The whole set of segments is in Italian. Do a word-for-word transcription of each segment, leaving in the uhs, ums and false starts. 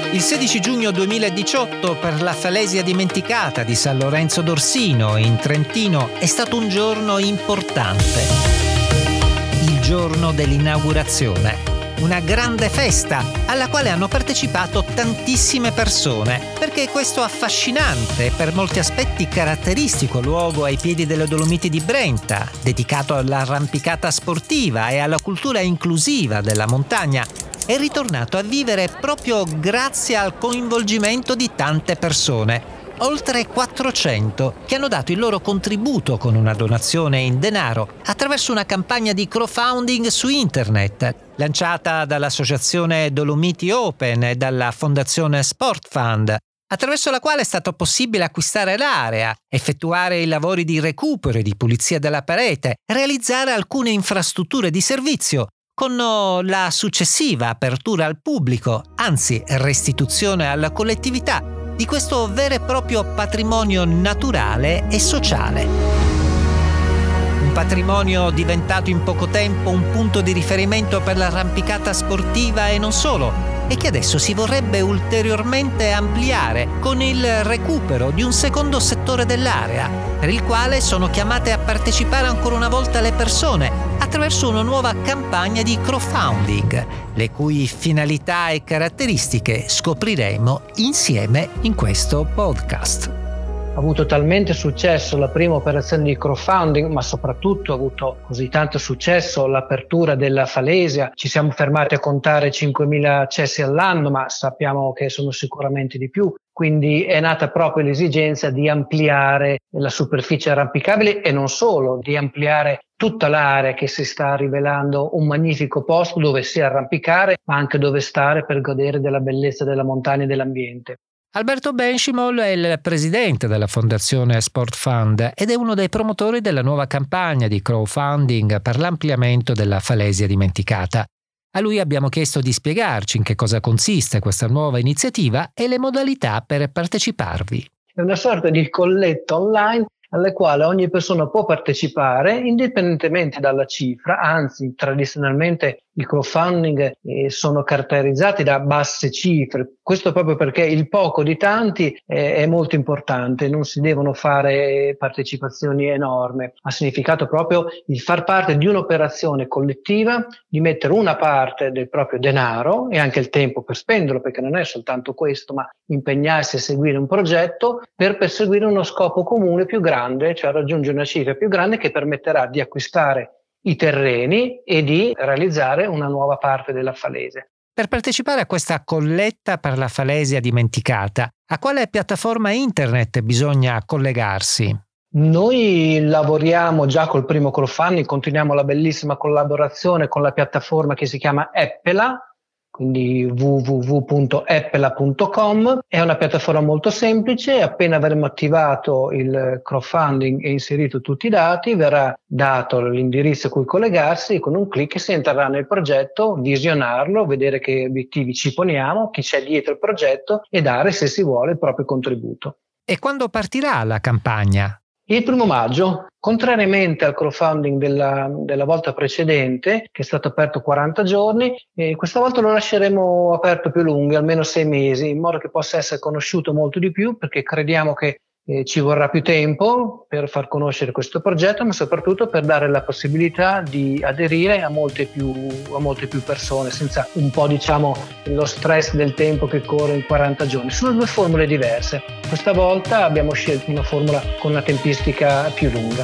Il sedici giugno duemiladiciotto per la Falesia Dimenticata di San Lorenzo d'Orsino in Trentino è stato un giorno importante. Il giorno dell'inaugurazione. Una grande festa alla quale hanno partecipato tantissime persone, perché questo affascinante e per molti aspetti caratteristico luogo ai piedi delle Dolomiti di Brenta, dedicato all'arrampicata sportiva e alla cultura inclusiva della montagna, è ritornato a vivere proprio grazie al coinvolgimento di tante persone, oltre quattrocento, che hanno dato il loro contributo con una donazione in denaro attraverso una campagna di crowdfunding su internet, lanciata dall'associazione Dolomiti Open e dalla fondazione Sport Fund, attraverso la quale è stato possibile acquistare l'area, effettuare i lavori di recupero e di pulizia della parete, realizzare alcune infrastrutture di servizio, con la successiva apertura al pubblico, anzi restituzione alla collettività, di questo vero e proprio patrimonio naturale e sociale. Un patrimonio diventato in poco tempo un punto di riferimento per l'arrampicata sportiva e non solo, e che adesso si vorrebbe ulteriormente ampliare con il recupero di un secondo settore dell'area, per il quale sono chiamate a partecipare ancora una volta le persone attraverso una nuova campagna di crowdfunding, le cui finalità e caratteristiche scopriremo insieme in questo podcast. Ha avuto talmente successo la prima operazione di crowdfunding, ma soprattutto ha avuto così tanto successo l'apertura della Falesia. Ci siamo fermati a contare cinquemila accessi all'anno, ma sappiamo che sono sicuramente di più. Quindi è nata proprio l'esigenza di ampliare la superficie arrampicabile e non solo, di ampliare tutta l'area che si sta rivelando un magnifico posto dove sia arrampicare, ma anche dove stare per godere della bellezza della montagna e dell'ambiente. Alberto Benchimol è il presidente della Fondazione Sport Fund ed è uno dei promotori della nuova campagna di crowdfunding per l'ampliamento della Falesia Dimenticata. A lui abbiamo chiesto di spiegarci in che cosa consiste questa nuova iniziativa e le modalità per parteciparvi. È una sorta di colletta online alle quali ogni persona può partecipare indipendentemente dalla cifra, anzi tradizionalmente i crowdfunding eh, sono caratterizzati da basse cifre, questo proprio perché il poco di tanti eh, è molto importante, non si devono fare partecipazioni enormi, ha significato proprio il far parte di un'operazione collettiva, di mettere una parte del proprio denaro e anche il tempo per spenderlo, perché non è soltanto questo, ma impegnarsi a seguire un progetto per perseguire uno scopo comune più grande, cioè raggiungere una cifra più grande che permetterà di acquistare i terreni e di realizzare una nuova parte della Falesia. Per partecipare a questa colletta per la Falesia Dimenticata, a quale piattaforma internet bisogna collegarsi? Noi lavoriamo già col primo crowdfunding, continuiamo la bellissima collaborazione con la piattaforma che si chiama Epela, quindi w w w punto epela punto com. È una piattaforma molto semplice, appena avremo attivato il crowdfunding e inserito tutti i dati, verrà dato l'indirizzo a cui collegarsi e con un clic si entrerà nel progetto, visionarlo, vedere che obiettivi ci poniamo, chi c'è dietro il progetto e dare, se si vuole, il proprio contributo. E quando partirà la campagna? Il primo maggio, contrariamente al crowdfunding della, della volta precedente, che è stato aperto quaranta giorni, eh, questa volta lo lasceremo aperto più lungo, almeno sei mesi, in modo che possa essere conosciuto molto di più, perché crediamo che eh, ci vorrà più tempo per far conoscere questo progetto, ma soprattutto per dare la possibilità di aderire a molte più, a molte più persone, senza un po', diciamo, lo stress del tempo che corre in quaranta giorni. Sono due formule diverse. Questa volta abbiamo scelto una formula con una tempistica più lunga.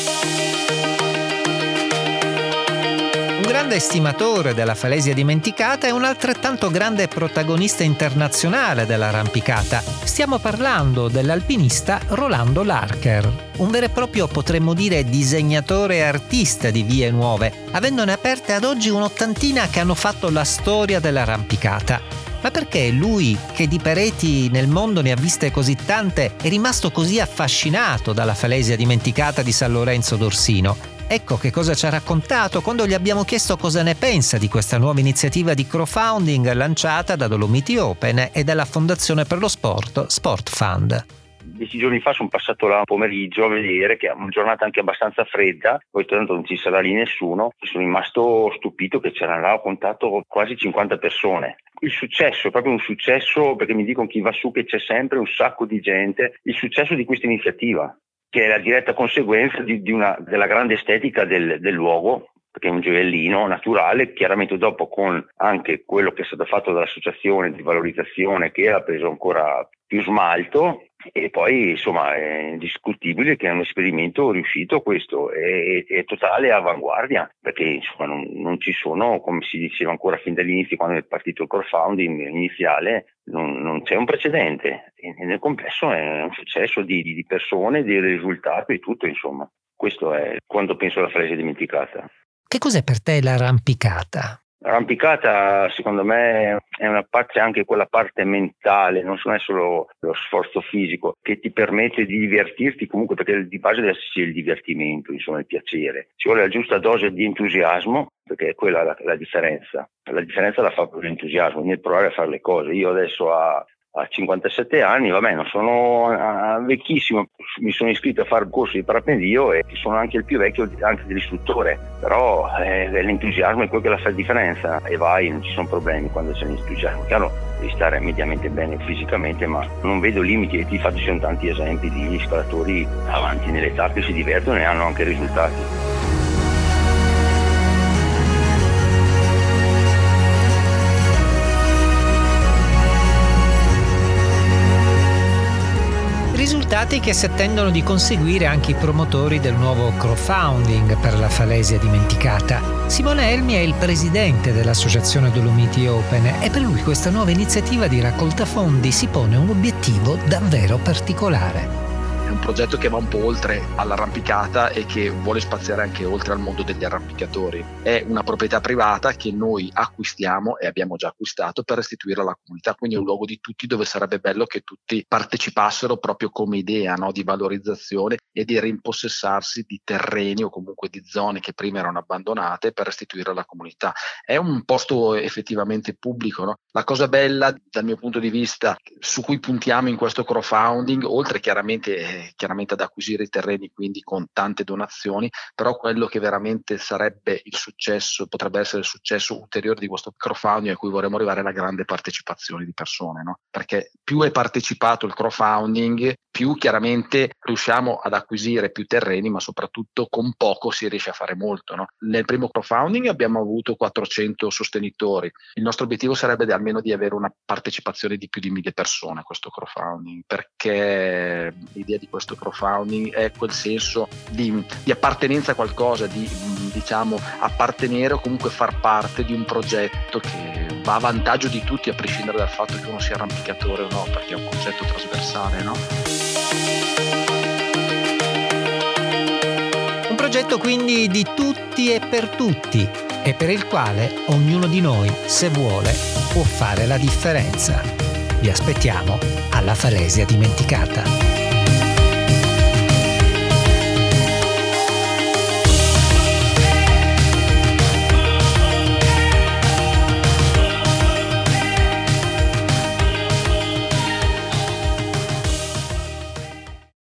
Un grande estimatore della Falesia Dimenticata e un altrettanto grande protagonista internazionale dell'arrampicata. Stiamo parlando dell'alpinista Rolando Larcher, un vero e proprio, potremmo dire, disegnatore e artista di vie nuove, avendone aperte ad oggi un'ottantina che hanno fatto la storia dell'arrampicata. Ma perché lui, che di pareti nel mondo ne ha viste così tante, è rimasto così affascinato dalla Falesia Dimenticata di San Lorenzo d'Orsino? Ecco che cosa ci ha raccontato quando gli abbiamo chiesto cosa ne pensa di questa nuova iniziativa di crowdfunding lanciata da Dolomiti Open e dalla Fondazione per lo Sport Sport Fund. Dieci giorni fa sono passato là pomeriggio a vedere, che è una giornata anche abbastanza fredda, poi tanto non ci sarà lì nessuno, sono rimasto stupito che c'erano là, ho contato quasi cinquanta persone, il successo, proprio un successo, perché mi dicono chi va su che c'è sempre un sacco di gente, il successo di questa iniziativa, che è la diretta conseguenza di, di una, della grande estetica del, del luogo, perché è un gioiellino naturale, chiaramente dopo con anche quello che è stato fatto dall'associazione di valorizzazione che ha preso ancora più smalto, e poi insomma è indiscutibile che è un esperimento riuscito questo, è, è totale avanguardia, perché insomma non, non ci sono, come si diceva ancora fin dall'inizio quando è partito il crowdfunding iniziale, non, non c'è un precedente, e nel complesso è un successo di, di persone, di risultati e tutto, insomma. Questo è quando penso alla Falesia dimenticata. Che cos'è per te l'arrampicata? L'arrampicata secondo me è una parte, anche quella parte mentale, non è solo lo sforzo fisico, che ti permette di divertirti comunque, perché di base deve esserci il divertimento, insomma il piacere. Ci vuole la giusta dose di entusiasmo, perché è quella la, la differenza. La differenza la fa proprio l'entusiasmo nel provare a fare le cose. Io adesso a A cinquantasette anni, vabbè, non sono uh, vecchissimo, mi sono iscritto a fare il corso di parapendio e sono anche il più vecchio anche dell'istruttore, però eh, l'entusiasmo è quello che la fa la differenza, e vai, non ci sono problemi quando c'è l'entusiasmo. Chiaro, devi stare mediamente bene fisicamente, ma non vedo limiti, e ti faccio ci sono tanti esempi di scalatori avanti nell'età che si divertono e hanno anche risultati. Risultati che si attendono di conseguire anche i promotori del nuovo crowdfunding per la Falesia dimenticata. Simone Elmi è il presidente dell'associazione Dolomiti Open e per lui questa nuova iniziativa di raccolta fondi si pone un obiettivo davvero particolare. È un progetto che va un po' oltre all'arrampicata e che vuole spaziare anche oltre al mondo degli arrampicatori. È una proprietà privata che noi acquistiamo e abbiamo già acquistato per restituire alla comunità, quindi è un luogo di tutti dove sarebbe bello che tutti partecipassero proprio come idea, no? Di valorizzazione e di rimpossessarsi di terreni o comunque di zone che prima erano abbandonate per restituire alla comunità. È un posto effettivamente pubblico, no? La cosa bella dal mio punto di vista su cui puntiamo in questo crowdfunding, oltre chiaramente chiaramente ad acquisire i terreni, quindi con tante donazioni, però quello che veramente sarebbe il successo, potrebbe essere il successo ulteriore di questo crowdfunding a cui vorremmo arrivare, è la grande partecipazione di persone, no? Perché più è partecipato il crowdfunding, più chiaramente riusciamo ad acquisire più terreni, ma soprattutto con poco si riesce a fare molto, no? Nel primo crowdfunding abbiamo avuto quattrocento sostenitori, il nostro obiettivo sarebbe di, almeno di avere una partecipazione di più di mille persone a questo crowdfunding, perché l'idea di questo crowdfunding è quel senso di, di appartenenza a qualcosa, di diciamo appartenere o comunque far parte di un progetto che va a vantaggio di tutti, a prescindere dal fatto che uno sia arrampicatore o no, perché è un concetto trasversale, no? Un progetto quindi di tutti e per tutti, e per il quale ognuno di noi, se vuole, può fare la differenza. Vi aspettiamo alla Falesia dimenticata.